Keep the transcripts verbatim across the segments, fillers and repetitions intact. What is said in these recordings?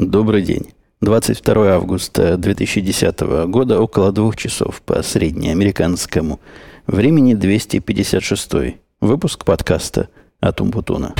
Добрый день. двадцать второе августа две тысячи десятого года, около двух часов по среднеамериканскому времени, двести пятьдесят шестой выпуск подкаста от Умпутуна.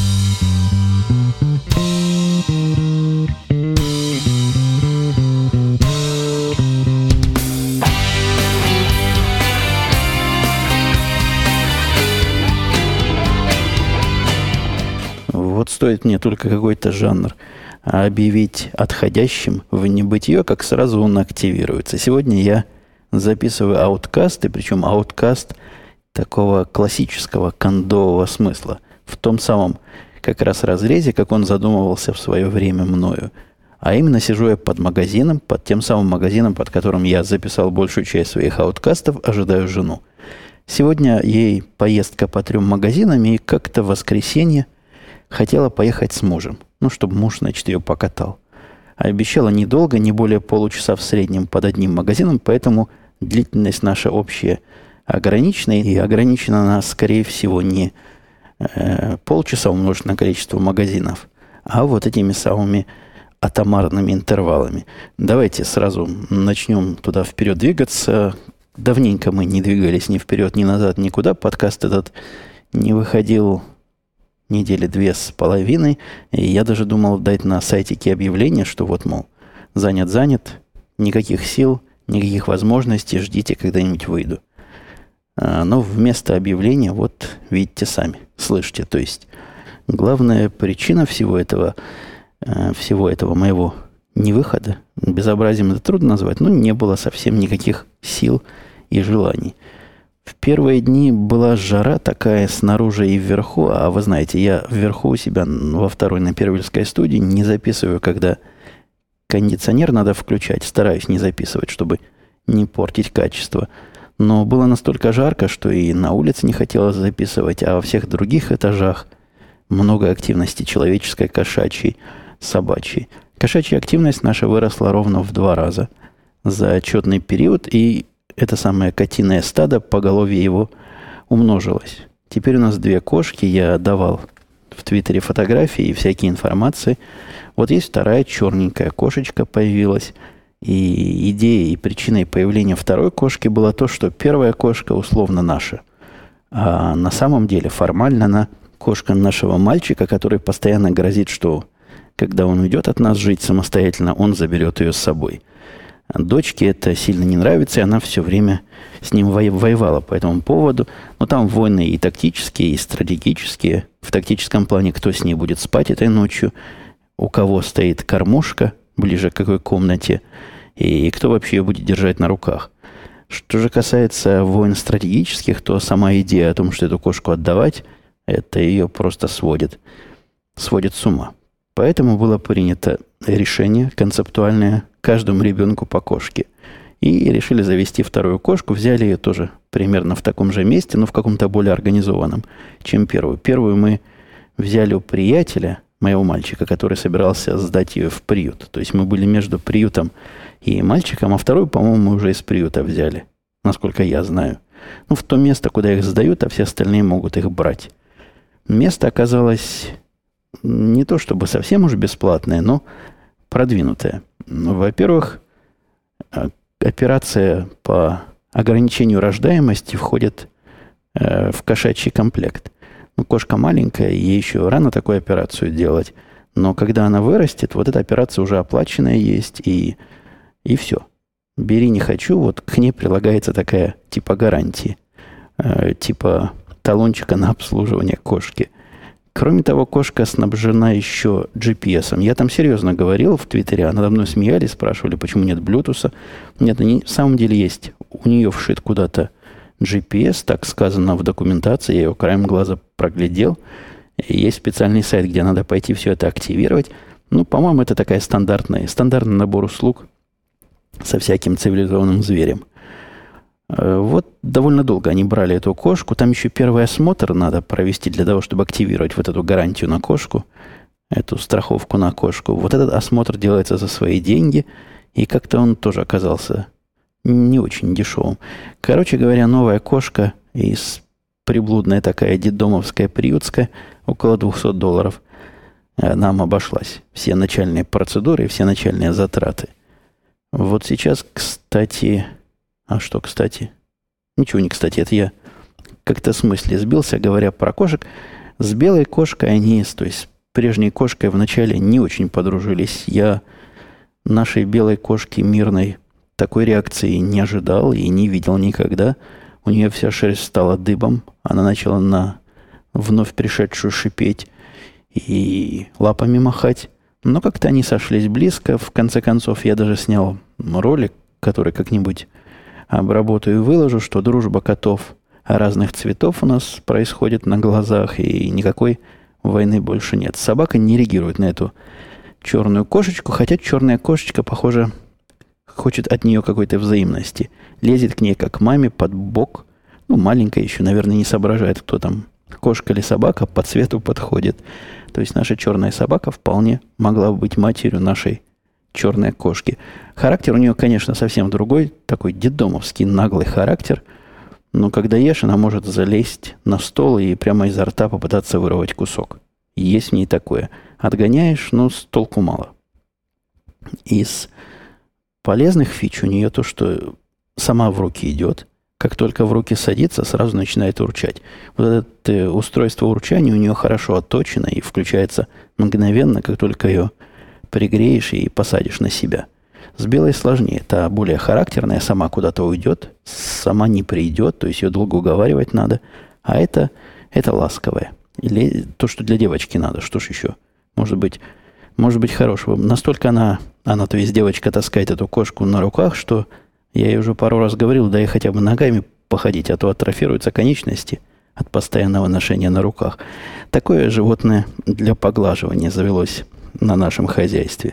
Вот стоит мне только какой-то жанр объявить отходящим в небытие, как сразу он активируется. Сегодня я записываю ауткасты, причем ауткаст такого классического кондового смысла, в том самом как раз разрезе, как он задумывался в свое время мною. А именно сижу я под магазином, под тем самым магазином, под которым я записал большую часть своих ауткастов, ожидаю жену. Сегодня ей поездка по трем магазинам, и как-то в воскресенье хотела поехать с мужем. Ну, чтобы муж, значит, ее покатал. А обещала недолго, не более получаса в среднем под одним магазином, поэтому длительность наша общая ограничена, и ограничена она, скорее всего, не э, полчаса умножить на количество магазинов, а вот этими самыми атомарными интервалами. Давайте сразу начнем туда вперед двигаться. Давненько мы не двигались ни вперед, ни назад, никуда. Подкаст этот не выходил недели две с половиной, и я даже думал дать на сайтике объявление, что вот, мол, занят-занят, никаких сил, никаких возможностей, ждите, когда-нибудь выйду. А, но вместо объявления, вот, видите сами, слышите, то есть главная причина всего этого, всего этого моего невыхода, безобразием это трудно назвать, но не было совсем никаких сил и желаний. В первые дни была жара такая снаружи и вверху, а вы знаете, я вверху у себя во второй на Первильской студии не записываю, когда кондиционер надо включать, стараюсь не записывать, чтобы не портить качество. Но было настолько жарко, что и на улице не хотелось записывать, а во всех других этажах много активности человеческой, кошачьей, собачьей. Кошачья активность наша выросла ровно в два раза за отчетный период, и это самое котиное стадо, поголовье его умножилось. Теперь у нас две кошки. Я давал в Твиттере фотографии и всякие информации. Вот есть вторая черненькая кошечка появилась. И идеей и причиной появления второй кошки было то, что первая кошка условно наша. А на самом деле формально она кошка нашего мальчика, который постоянно грозит, что когда он уйдет от нас жить самостоятельно, он заберет ее с собой. Дочке это сильно не нравится, и она все время с ним воевала по этому поводу. Но там войны и тактические, и стратегические. В тактическом плане, кто с ней будет спать этой ночью, у кого стоит кормушка, ближе к какой комнате, и кто вообще ее будет держать на руках. Что же касается войн стратегических, то сама идея о том, что эту кошку отдавать, это ее просто сводит, сводит с ума. Поэтому было принято решение концептуальное каждому ребенку по кошке. И решили завести вторую кошку. Взяли ее тоже примерно в таком же месте, но в каком-то более организованном, чем первую. Первую мы взяли у приятеля, моего мальчика, который собирался сдать ее в приют. То есть мы были между приютом и мальчиком, а вторую, по-моему, мы уже из приюта взяли, насколько я знаю. Ну, в то место, куда их сдают, а все остальные могут их брать. Место оказалось не то чтобы совсем уж бесплатное, но продвинутое. Во-первых, операция по ограничению рождаемости входит э, в кошачий комплект. Ну, кошка маленькая, ей еще рано такую операцию делать. Но когда она вырастет, вот эта операция уже оплаченная есть, и, и все. Бери, не хочу, вот к ней прилагается такая типа гарантии, э, типа талончика на обслуживание кошки. Кроме того, кошка снабжена еще джи пи эс. Я там серьезно говорил в Твиттере, а надо мной смеялись, спрашивали, почему нет Bluetooth. Нет, они, в самом деле есть. У нее вшит куда-то джи пи эс, так сказано в документации, я его краем глаза проглядел. И есть специальный сайт, где надо пойти все это активировать. Ну, по-моему, это такая стандартная, стандартный набор услуг со всяким цивилизованным зверем. Вот довольно долго они брали эту кошку. Там еще первый осмотр надо провести для того, чтобы активировать вот эту гарантию на кошку, эту страховку на кошку. Вот этот осмотр делается за свои деньги, и как-то он тоже оказался не очень дешевым. Короче говоря, новая кошка из приблудная такая детдомовская, приютская, около двухсот долларов. нам обошлась. Все начальные процедуры, все начальные затраты. Вот сейчас, кстати... А что, кстати? Ничего не кстати. Это я как-то в смысле сбился, говоря про кошек. С белой кошкой они, то есть с прежней кошкой вначале не очень подружились. Я нашей белой кошки мирной такой реакции не ожидал и не видел никогда. У нее вся шерсть стала дыбом. Она начала на вновь пришедшую шипеть и лапами махать. Но как-то они сошлись близко. В конце концов, я даже снял ролик, который как-нибудь обработаю и выложу, что дружба котов разных цветов у нас происходит на глазах, и никакой войны больше нет. Собака не реагирует на эту черную кошечку, хотя черная кошечка, похоже, хочет от нее какой-то взаимности. Лезет к ней как к маме под бок. Ну, маленькая еще, наверное, не соображает, кто там, кошка или собака, по цвету подходит. То есть наша черная собака вполне могла бы быть матерью нашей черной кошки. Характер у нее, конечно, совсем другой, такой детдомовский наглый характер. Но когда ешь, она может залезть на стол и прямо изо рта попытаться вырвать кусок. Есть в ней такое. Отгоняешь, но с толку мало. Из полезных фич у нее то, что сама в руки идет. Как только в руки садится, сразу начинает урчать. Вот это э, устройство урчания у нее хорошо отточено и включается мгновенно, как только ее пригреешь и посадишь на себя. С белой сложнее. Та более характерная, сама куда-то уйдет, сама не придет, то есть ее долго уговаривать надо. А это, это ласковое. Или то, что для девочки надо. Что ж еще? Может быть, может быть хорошего. Настолько она, она, то есть девочка таскает эту кошку на руках, что я ей уже пару раз говорил, да и хотя бы ногами походить, а то атрофируются конечности от постоянного ношения на руках. Такое животное для поглаживания завелось на нашем хозяйстве.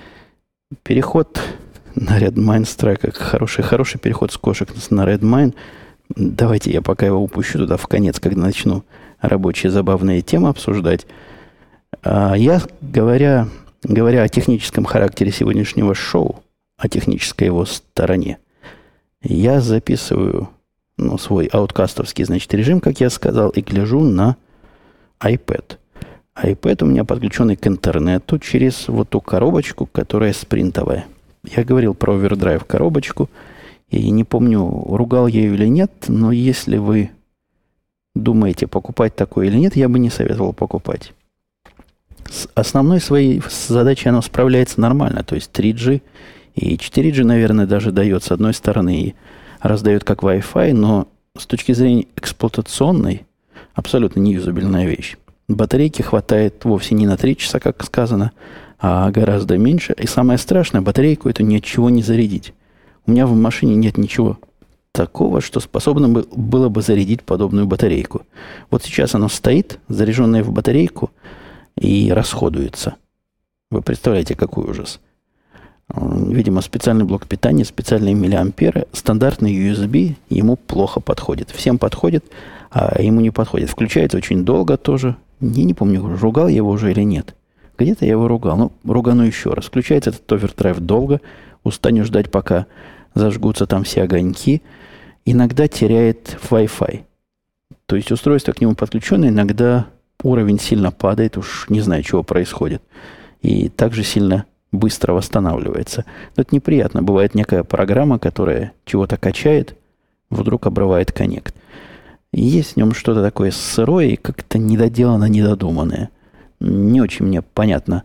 Переход на Redmine Strike. Хороший, хороший переход с кошек на Redmine. Давайте я пока его упущу туда в конец, когда начну рабочие забавные темы обсуждать. А я, говоря, говоря о техническом характере сегодняшнего шоу, о технической его стороне, я записываю ну, свой ауткастовский, значит, режим, как я сказал, и гляжу на iPad. iPad у меня подключенный к интернету через вот ту коробочку, которая спринтовая. Я говорил про овердрайв коробочку, и не помню, ругал я ее или нет, но если вы думаете, покупать такое или нет, я бы не советовал покупать. С основной своей задачей оно справляется нормально, то есть три джи и четыре джи, наверное, даже дает с одной стороны и раздает как Wi-Fi, но с точки зрения эксплуатационной абсолютно неюзабельная вещь. Батарейки хватает вовсе не на три часа, как сказано, а гораздо меньше. И самое страшное, батарейку эту ни от чего не зарядить. У меня в машине нет ничего такого, что способно было бы зарядить подобную батарейку. Вот сейчас оно стоит, заряженное в батарейку, и расходуется. Вы представляете, какой ужас. Видимо, специальный блок питания, специальные миллиамперы, стандартный ю эс би ему плохо подходит. Всем подходит, а ему не подходит. Включается очень долго тоже. Я не помню, ругал я его уже или нет. Где-то я его ругал. Ну, ругану еще раз. Включается этот овердрайв долго. Устанешь ждать, пока зажгутся там все огоньки. Иногда теряет Wi-Fi. То есть устройство к нему подключенное, иногда уровень сильно падает. Уж не знаю, чего происходит. И также сильно быстро восстанавливается. Но это неприятно. Бывает некая программа, которая чего-то качает, вдруг обрывает коннект. Есть в нем что-то такое сырое и как-то недоделано, недодуманное. Не очень мне понятно,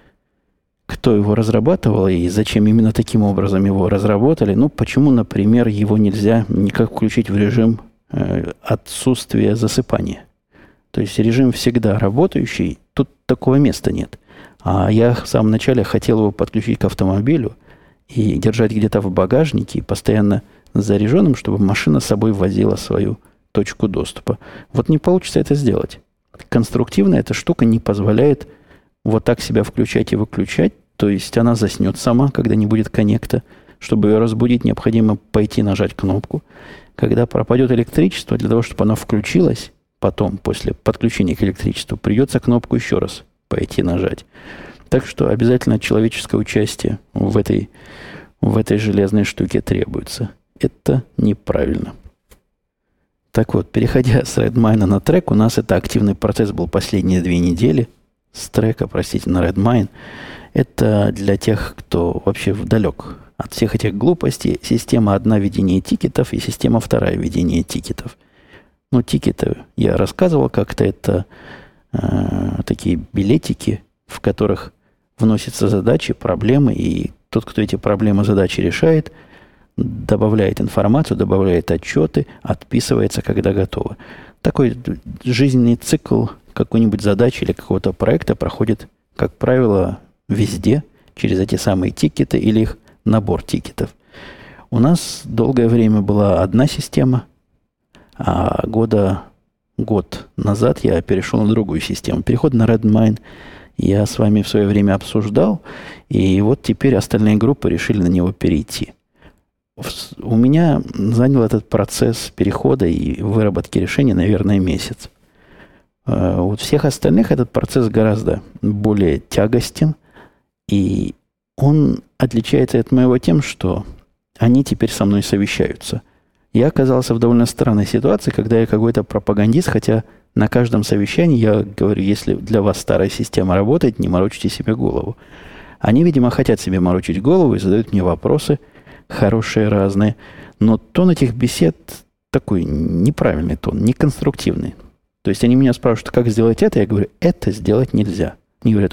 кто его разрабатывал и зачем именно таким образом его разработали. Ну, почему, например, его нельзя никак включить в режим э, отсутствия засыпания. То есть режим всегда работающий, тут такого места нет. А я в самом начале хотел его подключить к автомобилю и держать где-то в багажнике, постоянно заряженным, чтобы машина с собой возила свою точку доступа. Вот не получится это сделать. Конструктивно эта штука не позволяет вот так себя включать и выключать. То есть она заснет сама, когда не будет коннекта. Чтобы ее разбудить, необходимо пойти нажать кнопку. Когда пропадет электричество, для того, чтобы оно включилось, потом, после подключения к электричеству, придется кнопку еще раз пойти нажать. Так что обязательно человеческое участие в этой, в этой железной штуке требуется. Это неправильно. Так вот, переходя с Redmine на трек, у нас это активный процесс был последние две недели. с трека, простите, на Redmine. Это для тех, кто вообще вдалек от всех этих глупостей. Система одна ведения тикетов и система вторая ведения тикетов. Ну, тикеты я рассказывал как-то. Это э, такие билетики, в которых вносятся задачи, проблемы, и тот, кто эти проблемы, задачи решает, добавляет информацию, добавляет отчеты, отписывается, когда готово. Такой жизненный цикл какой-нибудь задачи или какого-то проекта проходит, как правило, везде, через эти самые тикеты или их набор тикетов. У нас долгое время была одна система, а года, год назад я перешел на другую систему. Переход на Redmine я с вами в свое время обсуждал, и вот теперь остальные группы решили на него перейти. У меня занял этот процесс перехода и выработки решения, наверное, месяц. У всех остальных этот процесс гораздо более тягостен, и он отличается от моего тем, что они теперь со мной совещаются. Я оказался в довольно странной ситуации, когда я какой-то пропагандист, хотя на каждом совещании я говорю, если для вас старая система работает, не морочите себе голову. Они, видимо, хотят себе морочить голову и задают мне вопросы, хорошие разные. Но тон этих бесед такой неправильный тон, неконструктивный. То есть они меня спрашивают, как сделать это, я говорю, это сделать нельзя. Они говорят,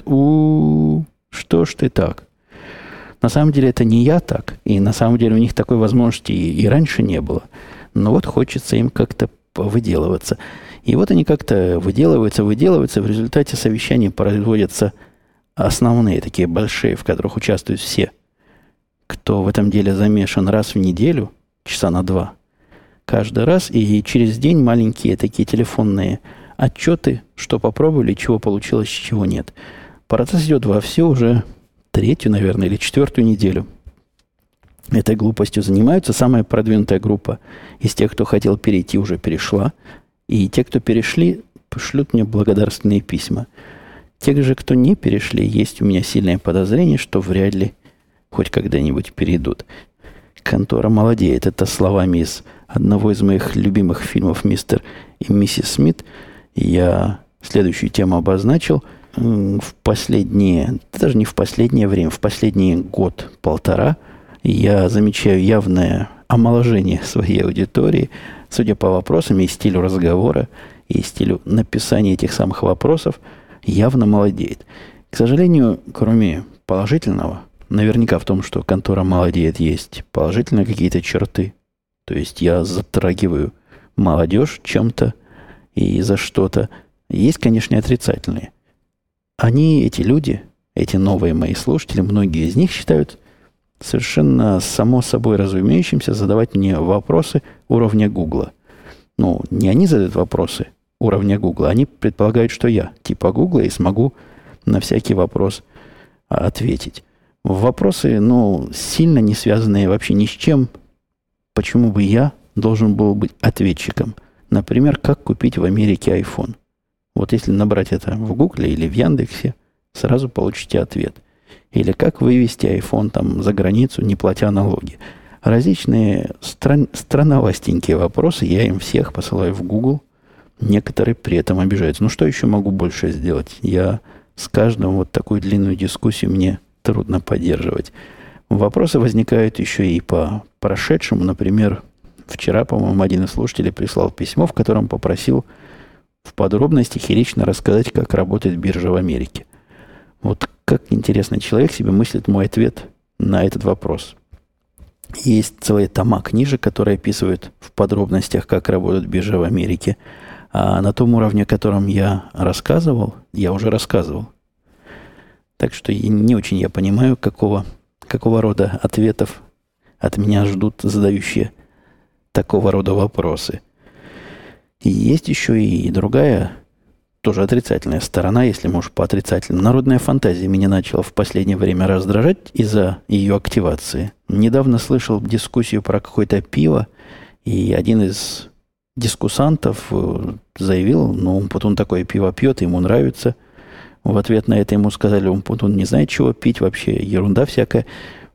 у что ж ты так? На самом деле это не я так, и на самом деле у них такой возможности и, и раньше не было. Но вот хочется им как-то выделываться. И вот они как-то выделываются, выделываются. В результате совещаний производятся основные, такие большие, в которых участвуют все, кто в этом деле замешан раз в неделю, часа на два, каждый раз. И через день маленькие такие телефонные отчеты, что попробовали, чего получилось, чего нет. Процесс идет вовсю уже третью, наверное, или четвертую неделю. Этой глупостью занимаются. Самая продвинутая группа из тех, кто хотел перейти, уже перешла. И те, кто перешли, пошлют мне благодарственные письма. Те же, кто не перешли, есть у меня сильное подозрение, что вряд ли хоть когда-нибудь перейдут. Контора молодеет. Это словами из одного из моих любимых фильмов «Мистер и миссис Смит». Я следующую тему обозначил. В последние, даже не в последнее время, в последний год-полтора я замечаю явное омоложение своей аудитории, судя по вопросам и стилю разговора, и стилю написания этих самых вопросов, явно молодеет. К сожалению, кроме положительного, наверняка в том, что контора молодеет, есть положительные какие-то черты. То есть я затрагиваю молодежь чем-то и за что-то. Есть, конечно, и отрицательные. Они, эти люди, эти новые мои слушатели, многие из них считают совершенно само собой разумеющимся задавать мне вопросы уровня Гугла. Ну, не они задают вопросы уровня Гугла, они предполагают, что я типа Гугла и смогу на всякий вопрос ответить. Вопросы, ну, сильно не связанные вообще ни с чем. Почему бы я должен был быть ответчиком? Например, как купить в Америке iPhone? Вот если набрать это в Гугле или в Яндексе, сразу получите ответ. Или как вывести iPhone там за границу, не платя налоги. Различные стран, странновастенькие вопросы, я им всех посылаю в Google. Некоторые при этом обижаются. Ну, что еще могу больше сделать? Я с каждым вот такую длинную дискуссию мне трудно поддерживать. Вопросы возникают еще и по прошедшему. Например, вчера, по-моему, один из слушателей прислал письмо, в котором попросил в подробностях и лично рассказать, как работает биржа в Америке. Вот как интересно человек себе мыслит мой ответ на этот вопрос. Есть целые тома книжек, которые описывают в подробностях, как работает биржа в Америке. А на том уровне, о котором я рассказывал, я уже рассказывал. Так что не очень я понимаю, какого, какого рода ответов от меня ждут задающие такого рода вопросы. И есть еще и другая, тоже отрицательная сторона, если можешь по отрицательному. Народная фантазия меня начала в последнее время раздражать из-за ее активации. Недавно слышал дискуссию про какое-то пиво, и один из дискуссантов заявил, ну, Умпутун такое пиво пьет, ему нравится. В ответ на это ему сказали, Умпутун не знает, чего пить, вообще ерунда всякая.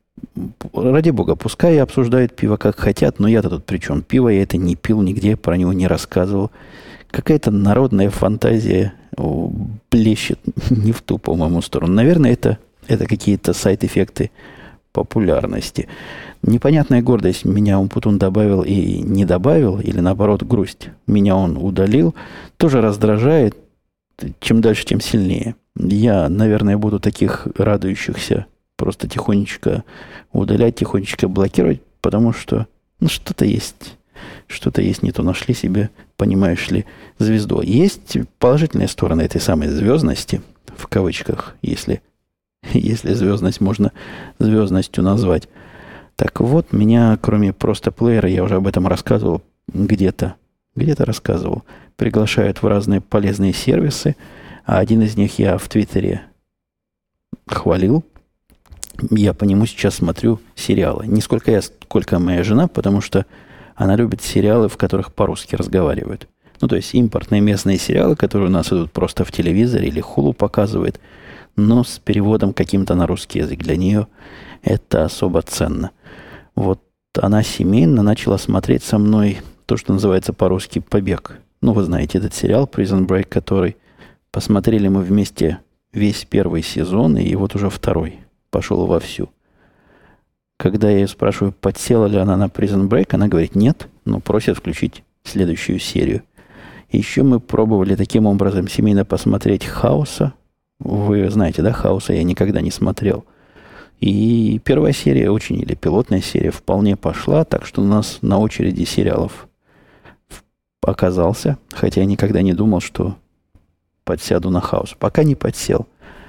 Ради бога, пускай обсуждают пиво как хотят, но я-то тут при чем? Пиво я это не пил нигде, про него не рассказывал. Какая-то народная фантазия блещет не в ту, по-моему, сторону. Наверное, это, это какие-то сайд-эффекты популярности. Непонятная гордость меня Умпутун добавил и не добавил, или наоборот грусть. Меня он удалил. Тоже раздражает. Чем дальше, тем сильнее. Я, наверное, буду таких радующихся просто тихонечко удалять, тихонечко блокировать, потому что ну, что-то есть. Что-то есть не то. Нашли себе, понимаешь ли, звезду. Есть положительные стороны этой самой звездности, в кавычках, если, если звездность можно звездностью назвать. Так вот, меня, кроме просто плеера, я уже об этом рассказывал где-то, где-то рассказывал, приглашают в разные полезные сервисы, а один из них я в Твиттере хвалил. Я по нему сейчас смотрю сериалы. Не сколько я, сколько моя жена, потому что она любит сериалы, в которых по-русски разговаривают. Ну, то есть импортные местные сериалы, которые у нас идут просто в телевизоре или Hulu показывает, но с переводом каким-то на русский язык. Для нее это особо ценно. Вот она семейно начала смотреть со мной то, что называется по-русски «Побег». Ну, вы знаете этот сериал «Prison Break», который посмотрели мы вместе весь первый сезон, и вот уже второй пошел вовсю. Когда я ее спрашиваю, подсела ли она на Prison Break, она говорит нет, но просит включить следующую серию. Еще мы пробовали таким образом семейно посмотреть «Хауса». Вы знаете, да, «Хауса» я никогда не смотрел. И первая серия очень, или пилотная серия вполне пошла, так что у нас на очереди сериалов оказался, хотя я никогда не думал, что подсяду на «Хаус». Пока не подсел.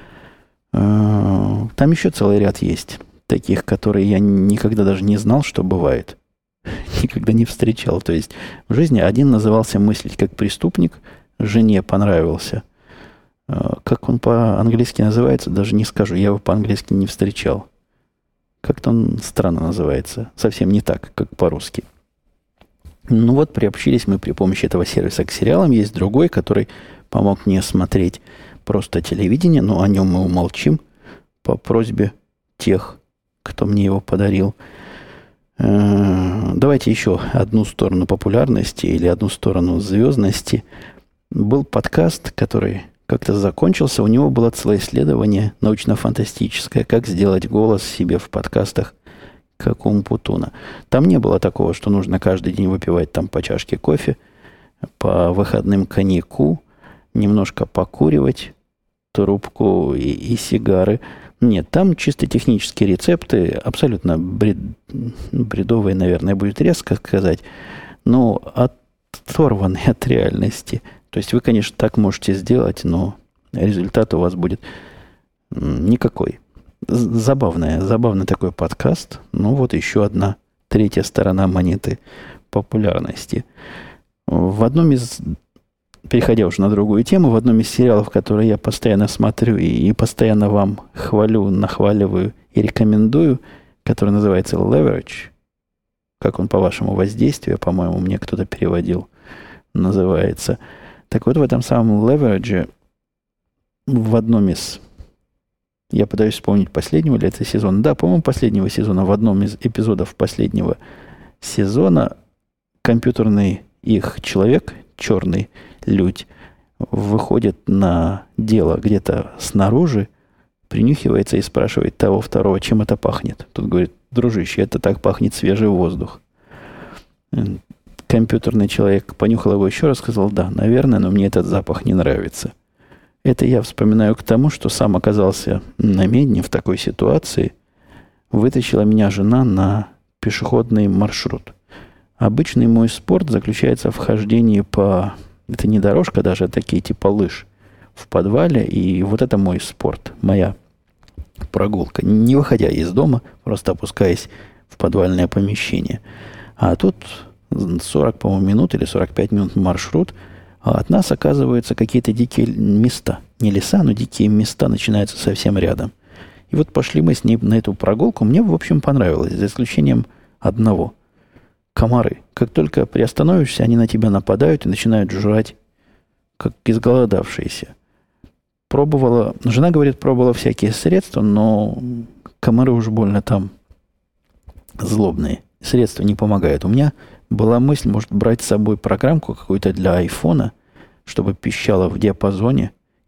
Там еще целый ряд есть. Таких, которые я никогда даже не знал, что бывает. Никогда не встречал. То есть в жизни один назывался «Мыслить как преступник», жене понравился. Как он по-английски называется, даже не скажу. Я его по-английски не встречал. Как-то он странно называется. Совсем не так, как по-русски. Ну вот, приобщились мы при помощи этого сервиса к сериалам. Есть другой, который помог мне смотреть просто телевидение, но о нем мы умолчим по просьбе тех, кто мне его подарил. Давайте еще одну сторону популярности или одну сторону звездности. Был подкаст, который как-то закончился. У него было целое исследование научно-фантастическое, как сделать голос себе в подкастах, как у Умпутуна. Там не было такого, что нужно каждый день выпивать там по чашке кофе, по выходным коньяку, немножко покуривать трубку и, и сигары. Нет, там чисто технические рецепты, абсолютно бред, бредовые, наверное, будет резко сказать, но оторванные от реальности. То есть вы, конечно, так можете сделать, но результат у вас будет никакой. Забавное, забавный такой подкаст. Ну вот еще одна третья сторона монеты популярности. В одном из, переходя уже на другую тему, в одном из сериалов, которые я постоянно смотрю и, и постоянно вам хвалю, нахваливаю и рекомендую, который называется Leverage. Как он, по-вашему, воздействие, по-моему, мне кто-то переводил, называется. Так вот, в этом самом Leverage в одном из... Я пытаюсь вспомнить, последнего ли это сезона. Да, по-моему, последнего сезона. В одном из эпизодов последнего сезона компьютерный их человек, черный людь, выходит на дело где-то снаружи, принюхивается и спрашивает того второго, чем это пахнет. Тут говорит, дружище, это так пахнет свежий воздух. Компьютерный человек понюхал его еще раз, сказал, да, наверное, но мне этот запах не нравится. Это я вспоминаю к тому, что сам оказался на Медне в такой ситуации. Вытащила меня жена на пешеходный маршрут. Обычный мой спорт заключается в хождении по... Это не дорожка даже, а такие типа лыж в подвале. И вот это мой спорт, моя прогулка. Не выходя из дома, просто опускаясь в подвальное помещение. А тут сорок, по-моему, минут или сорок пять минут маршрут. А от нас, оказываются, какие-то дикие места. Не леса, но дикие места начинаются совсем рядом. И вот пошли мы с ней на эту прогулку. Мне, в общем, понравилось, за исключением одного. Комары. Как только приостановишься, они на тебя нападают и начинают жрать, как изголодавшиеся. Пробовала, жена говорит, пробовала всякие средства, но комары уж больно там злобные. Средства не помогают. У меня была мысль, может, брать с собой программку какую-то для айфона, чтобы пищала в диапазоне,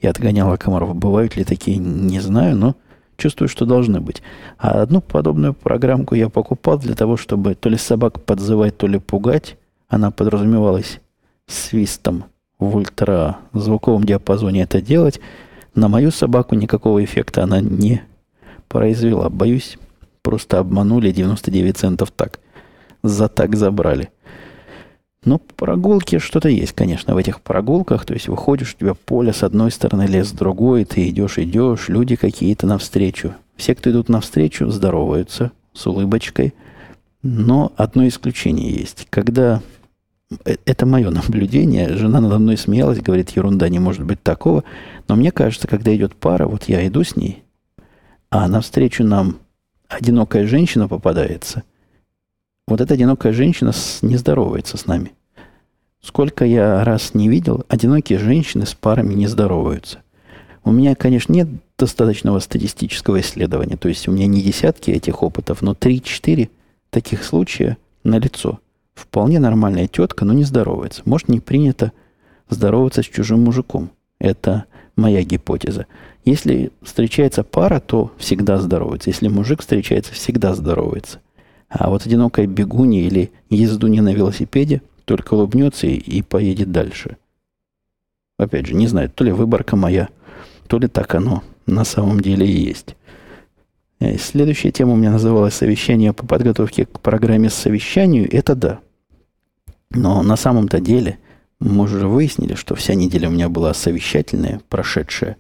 и отгоняла комаров. Бывают ли такие, не знаю, но чувствую, что должны быть. А одну подобную программку я покупал для того, чтобы то ли собак подзывать, то ли пугать. Она подразумевалась свистом в ультразвуковом диапазоне это делать. На мою собаку никакого эффекта она не произвела. Боюсь, просто обманули девяносто девять центов так. За так забрали. Но прогулки что-то есть, конечно, в этих прогулках. То есть выходишь, у тебя поле с одной стороны, лес с другой, ты идешь, идешь, люди какие-то навстречу. Все, кто идут навстречу, здороваются с улыбочкой. Но одно исключение есть. Когда... Это мое наблюдение. Жена надо мной смеялась, говорит, ерунда, не может быть такого. Но мне кажется, когда идет пара, вот я иду с ней, а навстречу нам одинокая женщина попадается. Вот эта одинокая женщина с, не здоровается с нами. Сколько я раз не видел, одинокие женщины с парами не здороваются. У меня, конечно, нет достаточного статистического исследования. То есть у меня не десятки этих опытов, но три-четыре таких случая налицо. Вполне нормальная тетка, но не здоровается. Может, не принято здороваться с чужим мужиком. Это моя гипотеза. Если встречается пара, то всегда здоровается. Если мужик встречается, всегда здоровается. А вот одинокая бегунья или ездунья на велосипеде только улыбнется и, и поедет дальше. Опять же, не знаю, то ли выборка моя, то ли так оно на самом деле и есть. Следующая тема у меня называлась «Совещание по подготовке к программе совещанию». Это да. Но на самом-то деле мы уже выяснили, что вся неделя у меня была совещательная, прошедшая.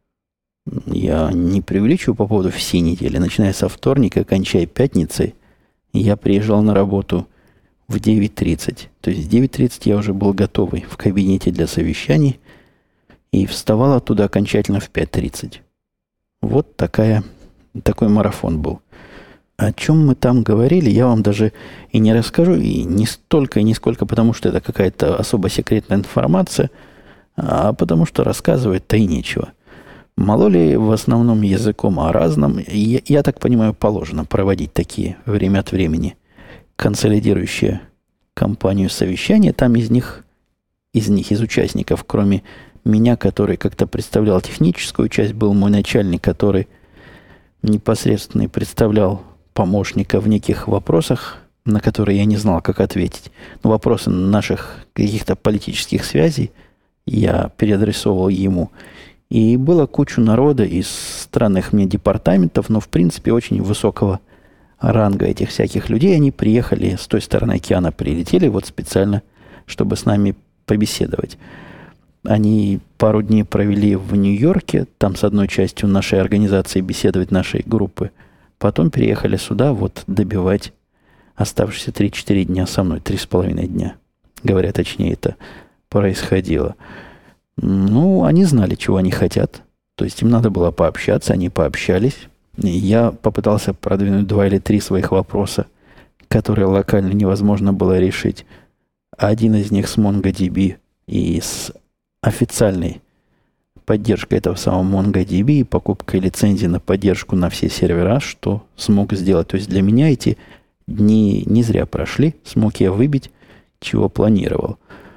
Я не преувеличиваю по поводу всей недели. Начиная со вторника, кончая пятницей, я приезжал на работу в девять тридцать. То есть в девять тридцать я уже был готовый в кабинете для совещаний и вставал оттуда окончательно в пять тридцать. Вот такая, такой марафон был. О чем мы там говорили, я вам даже и не расскажу, и не столько, и не сколько, потому что это какая-то особо секретная информация, а потому что рассказывать-то и нечего. Мало ли в основном языком о разном, я, я так понимаю, положено проводить такие время от времени консолидирующие компанию совещания. Там из них, из них, из участников, кроме меня, который как-то представлял техническую часть, был мой начальник, который непосредственно представлял помощника в неких вопросах, на которые я не знал, как ответить. Но вопросы наших каких-то политических связей я переадресовывал ему. И было кучу народа из странных мне департаментов, но в принципе очень высокого ранга этих всяких людей. Они приехали с той стороны океана, прилетели вот специально, чтобы с нами побеседовать. Они пару дней провели в Нью-Йорке, там с одной частью нашей организации беседовать, нашей группы. Потом переехали сюда вот добивать оставшиеся три-четыре дня со мной, три с половиной дня. Говоря точнее, это происходило. Ну, они знали, чего они хотят. То есть им надо было пообщаться, они пообщались. И я попытался продвинуть два или три своих вопроса, которые локально невозможно было решить. Один из них с MongoDB и с официальной поддержкой этого самого MongoDB и покупкой лицензии на поддержку на все сервера, что смог сделать. То есть для меня эти дни не зря прошли. Смог я выбить, чего планировал.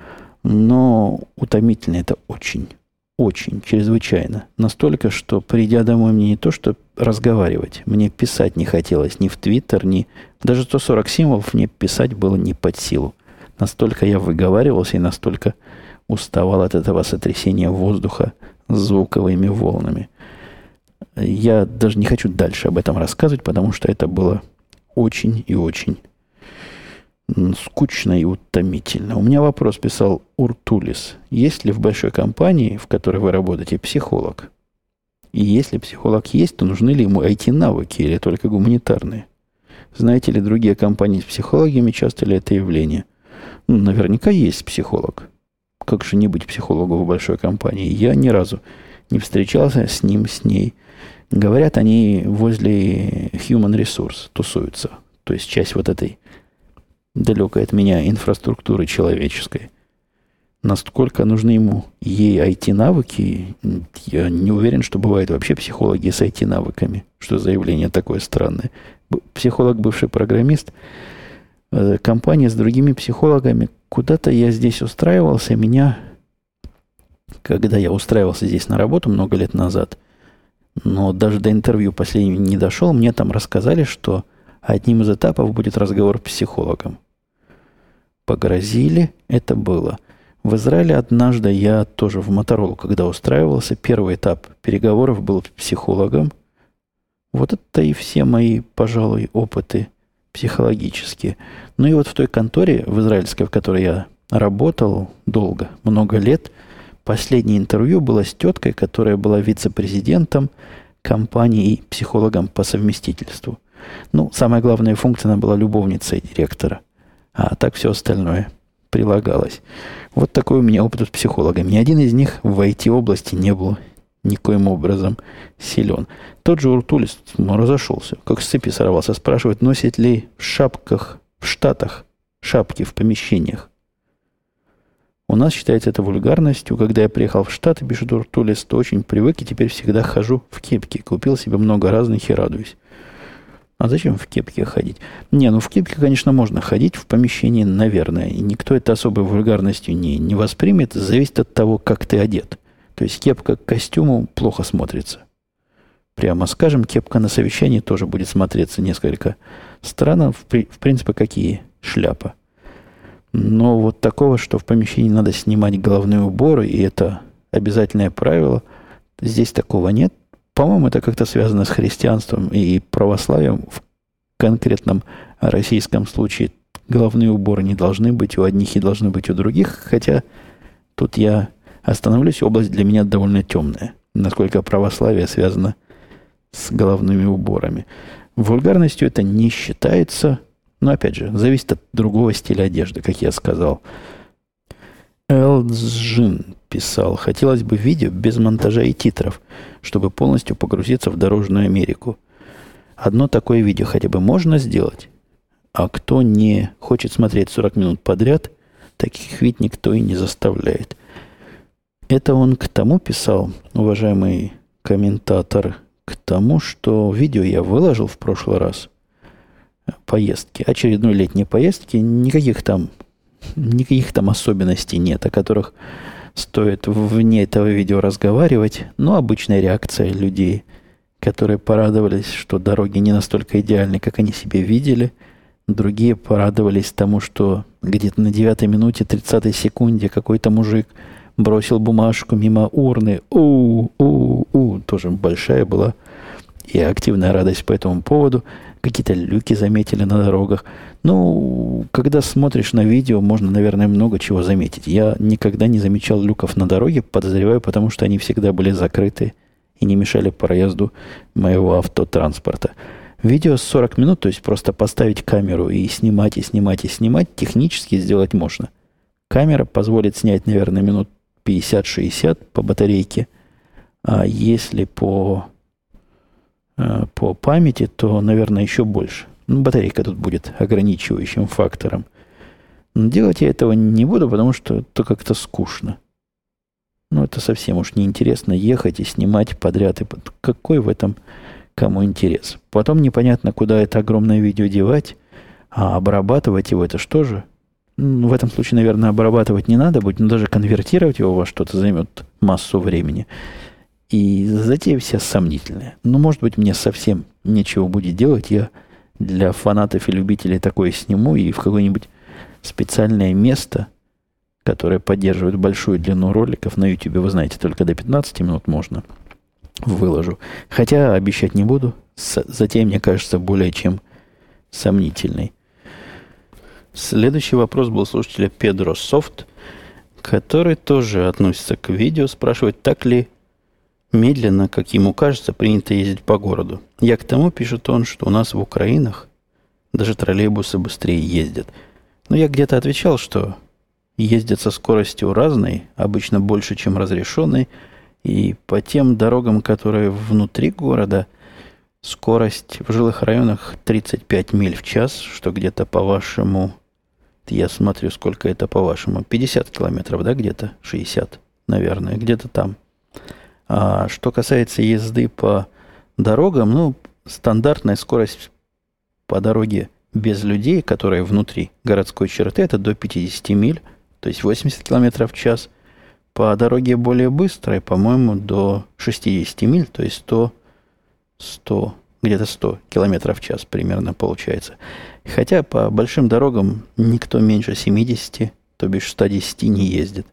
Но утомительно это очень, очень, чрезвычайно. Настолько, что придя домой, мне не то, что разговаривать, мне писать не хотелось ни в Твиттер, ни... Даже сто сорок символов мне писать было не под силу. Настолько я выговаривался и настолько уставал от этого сотрясения воздуха звуковыми волнами. Я даже не хочу дальше об этом рассказывать, потому что это было очень и очень скучно и утомительно. У меня вопрос писал Уртулис. Есть ли в большой компании, в которой вы работаете, психолог? И если психолог есть, то нужны ли ему ай ти-навыки или только гуманитарные? Знаете ли другие компании с психологами, часто ли это явление? Ну, наверняка есть психолог. Как же не быть психологом в большой компании? Я ни разу не встречался с ним, с ней. Говорят, они возле Human Resource тусуются. То есть часть вот этой далекой от меня инфраструктуры человеческой. Насколько нужны ему ей ай ти-навыки, я не уверен, что бывают вообще психологи с ай ти-навыками. Что за явление такое странное? Психолог, бывший программист, компания с другими психологами. Куда-то я здесь устраивался, меня когда я устраивался здесь на работу много лет назад, но даже до интервью последнего не дошел, мне там рассказали, что одним из этапов будет разговор с психологом. Погрозили, это было. В Израиле однажды я тоже в Моторолу, когда устраивался, первый этап переговоров был с психологом. Вот это и все мои, пожалуй, опыты психологические. Ну и вот в той конторе в израильской, в которой я работал долго, много лет, последнее интервью было с теткой, которая была вице-президентом компании и психологом по совместительству. Ну, самая главная функция, она была любовницей директора. А так все остальное прилагалось. Вот такой у меня опыт с психологами. Ни один из них в ай ти-области не был никоим образом силен. Тот же Уртулис ну, разошелся, как с цепи сорвался. Спрашивает, носит ли в шапках, в Штатах шапки в помещениях. У нас считается это вульгарностью. Когда я приехал в Штаты, пишет Уртулис, то очень привык и теперь всегда хожу в кепке. Купил себе много разных и радуюсь. А зачем в кепке ходить? Не, ну в кепке, конечно, можно ходить в помещении, наверное. И никто это особой вульгарностью не, не воспримет. Зависит от того, как ты одет. То есть кепка к костюму плохо смотрится. Прямо скажем, кепка на совещании тоже будет смотреться несколько странно. В, при, в принципе, какие шляпа. Но вот такого, что в помещении надо снимать головные уборы, и это обязательное правило, здесь такого нет. По-моему, это как-то связано с христианством и православием. В конкретном российском случае головные уборы не должны быть у одних и должны быть у других. Хотя тут я остановлюсь, область для меня довольно темная. Насколько православие связано с головными уборами. Вульгарностью это не считается. Но, опять же, зависит от другого стиля одежды, как я сказал. Элджин писал, хотелось бы видео без монтажа и титров, чтобы полностью погрузиться в дорожную Америку. Одно такое видео хотя бы можно сделать, а кто не хочет смотреть сорок минут подряд, таких ведь никто и не заставляет. Это он к тому писал, уважаемый комментатор, к тому, что видео я выложил в прошлый раз, поездки, очередной летней поездки, никаких там Никаких там особенностей нет, о которых стоит вне этого видео разговаривать. Но обычная реакция людей, которые порадовались, что дороги не настолько идеальны, как они себе видели. Другие порадовались тому, что где-то на девятой минуте, тридцатой секунде какой-то мужик бросил бумажку мимо урны. У, у, у, тоже большая была и активная радость по этому поводу. Какие-то люки заметили на дорогах. Ну, когда смотришь на видео, можно, наверное, много чего заметить. Я никогда не замечал люков на дороге, подозреваю, потому что они всегда были закрыты и не мешали проезду моего автотранспорта. Видео сорок минут, то есть просто поставить камеру и снимать, и снимать, и снимать, технически сделать можно. Камера позволит снять, наверное, минут пятьдесят-шестьдесят по батарейке. А если по... по памяти, то, наверное, еще больше. Ну, батарейка тут будет ограничивающим фактором. Но делать я этого не буду, потому что это как-то скучно. Ну, это совсем уж неинтересно ехать и снимать подряд. И какой в этом кому интерес? Потом непонятно, куда это огромное видео девать, а обрабатывать его это что же? Ну, в этом случае, наверное, обрабатывать не надо будет, но даже конвертировать его во что-то займет массу времени. И затея вся сомнительная. Ну, может быть, мне совсем нечего будет делать. Я для фанатов и любителей такое сниму и в какое-нибудь специальное место, которое поддерживает большую длину роликов. На YouTube, вы знаете, только до пятнадцати минут можно. Выложу. Хотя обещать не буду. Затея, мне кажется, более чем сомнительной. Следующий вопрос был слушателя Педро Софт, который тоже относится к видео. Спрашивает, так ли медленно, как ему кажется, принято ездить по городу. Я к тому, пишет он, что у нас в Украинах даже троллейбусы быстрее ездят. Но я где-то отвечал, что ездят со скоростью разной, обычно больше, чем разрешенной. И по тем дорогам, которые внутри города, скорость в жилых районах тридцать пять миль в час, что где-то по-вашему, я смотрю, сколько это по-вашему, пятьдесят километров, да, где-то, шестьдесят, наверное, где-то там. А что касается езды по дорогам, ну, стандартная скорость по дороге без людей, которая внутри городской черты, это до пятьдесят миль, то есть восемьдесят километров в час. по дороге более быстрой, по-моему, до шестьдесят миль, то есть сто, сто, где-то сто километров в час примерно получается. Хотя по большим дорогам никто меньше семидесяти, то бишь ста десяти не ездит.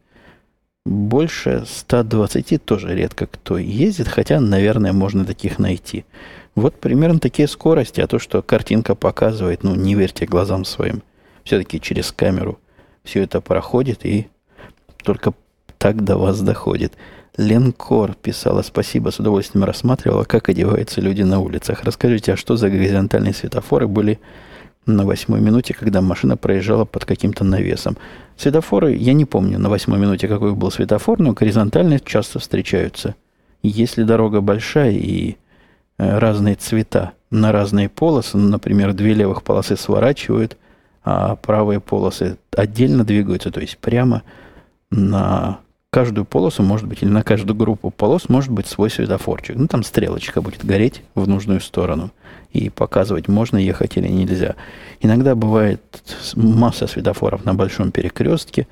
Больше ста двадцати тоже редко кто ездит, хотя, наверное, можно таких найти. Вот примерно такие скорости, а то, что картинка показывает, ну, не верьте глазам своим. Все-таки через камеру все это проходит и только так до вас доходит. Ленкор писала: спасибо, с удовольствием рассматривала, как одеваются люди на улицах. Расскажите, а что за горизонтальные светофоры были на восьмой минуте, когда машина проезжала под каким-то навесом? Светофоры, я не помню на восьмой минуте, какой был светофор, но горизонтальные часто встречаются. Если дорога большая и э, разные цвета на разные полосы, ну, например, две левых полосы сворачивают, а правые полосы отдельно двигаются, то есть прямо на каждую полосу, может быть, или на каждую группу полос может быть свой светофорчик. Ну, там стрелочка будет гореть в нужную сторону и показывать, можно ехать или нельзя. Иногда бывает масса светофоров на большом перекрестке.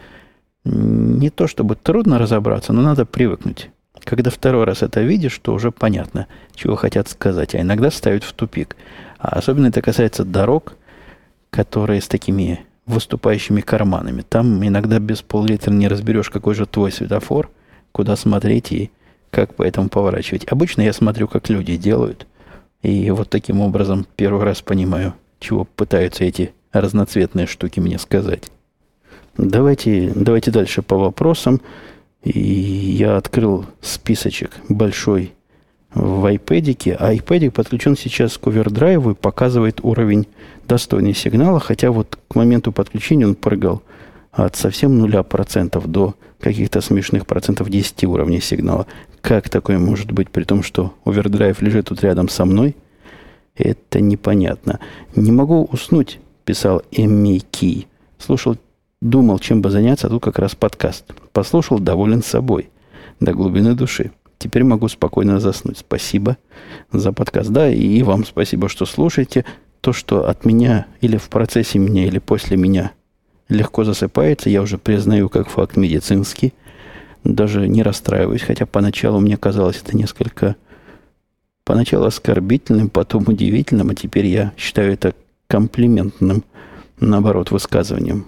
Не то чтобы трудно разобраться, но надо привыкнуть. Когда второй раз это видишь, то уже понятно, чего хотят сказать. А иногда ставят в тупик. А особенно это касается дорог, которые с такими выступающими карманами. Там иногда без пол-литра не разберешь, какой же твой светофор, куда смотреть и как по этому поворачивать. Обычно я смотрю, как люди делают, и вот таким образом первый раз понимаю, чего пытаются эти разноцветные штуки мне сказать. Давайте, давайте дальше по вопросам. И я открыл списочек большой в iPad'ике, а iPad'ик подключен сейчас к овердрайву и показывает уровень достойный сигнала, хотя вот к моменту подключения он прыгал от совсем нуля процентов до каких-то смешных процентов десяти уровней сигнала. Как такое может быть, при том, что овердрайв лежит тут рядом со мной? Это непонятно. Не могу уснуть, писал Эмми Ки. Слушал, думал, чем бы заняться, а тут как раз подкаст. Послушал, доволен собой до глубины души. Теперь могу спокойно заснуть. Спасибо за подкаст. Да, и вам спасибо, что слушаете. То, что от меня или в процессе меня, или после меня легко засыпается, я уже признаю как факт медицинский. Даже не расстраиваюсь, хотя поначалу мне казалось это несколько... Поначалу оскорбительным, потом удивительным, а теперь я считаю это комплиментным, наоборот, высказыванием.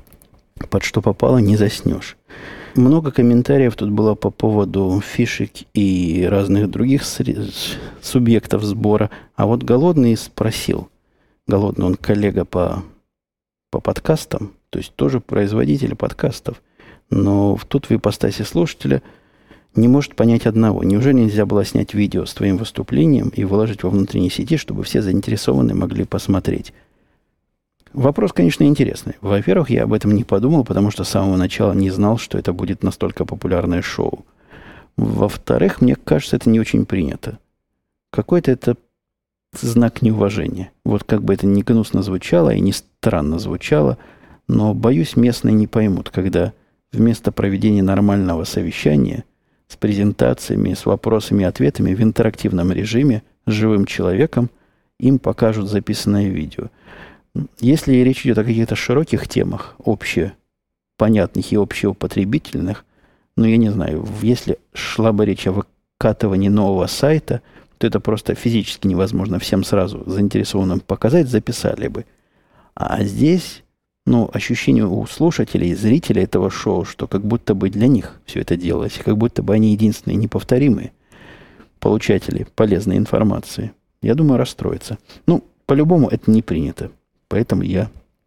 Под что попало, не заснешь. Много комментариев тут было по поводу фишек и разных других субъектов сбора. А вот Голодный спросил. Голодный, он коллега по, по подкастам, то есть тоже производитель подкастов. Но тут в ипостаси слушателя не может понять одного. Неужели нельзя было снять видео с твоим выступлением и выложить во внутренней сети, чтобы все заинтересованные могли посмотреть? Вопрос, конечно, интересный. Во-первых, я об этом не подумал, потому что с самого начала не знал, что это будет настолько популярное шоу. Во-вторых, мне кажется, это не очень принято. Какой-то это знак неуважения. Вот как бы это ни гнусно звучало и ни странно звучало, но, боюсь, местные не поймут, когда вместо проведения нормального совещания с презентациями, с вопросами и ответами в интерактивном режиме с живым человеком им покажут записанное видео. Если речь идет о каких-то широких темах, общепонятных и общеупотребительных, ну, я не знаю, если шла бы речь о выкатывании нового сайта, то это просто физически невозможно всем сразу заинтересованным показать, записали бы. А здесь, ну, ощущение у слушателей и зрителей этого шоу, что как будто бы для них все это делалось, как будто бы они единственные неповторимые получатели полезной информации. Я думаю, расстроится. Ну, по-любому это не принято. Поэтому я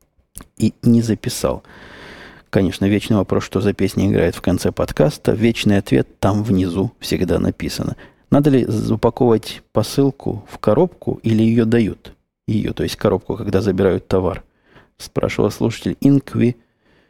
и не записал. Конечно, вечный вопрос, что за песня играет в конце подкаста. Вечный ответ там внизу всегда написано. Надо ли упаковывать посылку в коробку или ее дают? Ее, то есть коробку, когда забирают товар. Спрашивал слушатель Инкви.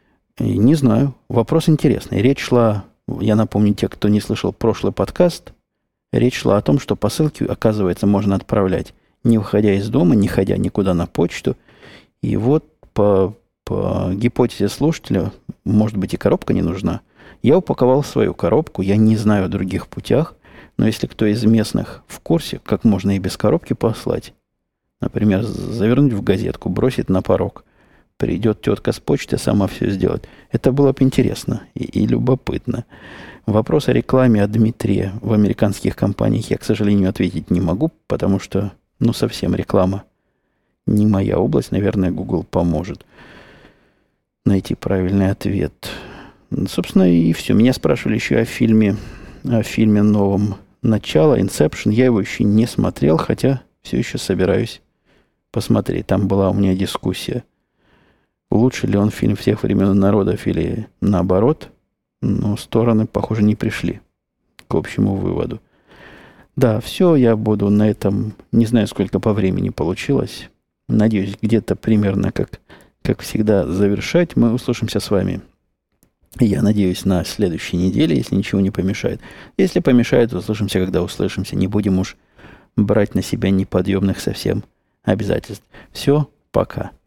Не знаю. Вопрос интересный. Речь шла, я напомню, те, кто не слышал прошлый подкаст, речь шла о том, что посылки, оказывается, можно отправлять, не выходя из дома, не ходя никуда на почту. И вот по, по гипотезе слушателя, может быть, и коробка не нужна. Я упаковал свою коробку, я не знаю о других путях, но если кто из местных в курсе, как можно и без коробки послать, например, завернуть в газетку, бросить на порог, придет тетка с почты, сама все сделает. Это было бы интересно и, и любопытно. Вопрос о рекламе от Дмитрия в американских компаниях я, к сожалению, ответить не могу, потому что, ну, совсем реклама не моя область. Наверное, Google поможет найти правильный ответ. Собственно, и все. Меня спрашивали еще о фильме, о фильме новом «Начало», «Инсепшн». Я его еще не смотрел, хотя все еще собираюсь посмотреть. Там была у меня дискуссия, лучше ли он фильм всех времен и народов или наоборот. Но стороны, похоже, не пришли к общему выводу. Да, все, я буду на этом, не знаю, сколько по времени получилось. Надеюсь, где-то примерно, как, как всегда, завершать. Мы услышимся с вами, я надеюсь, на следующей неделе, если ничего не помешает. Если помешает, услышимся, когда услышимся. Не будем уж брать на себя неподъемных совсем обязательств. Все, пока.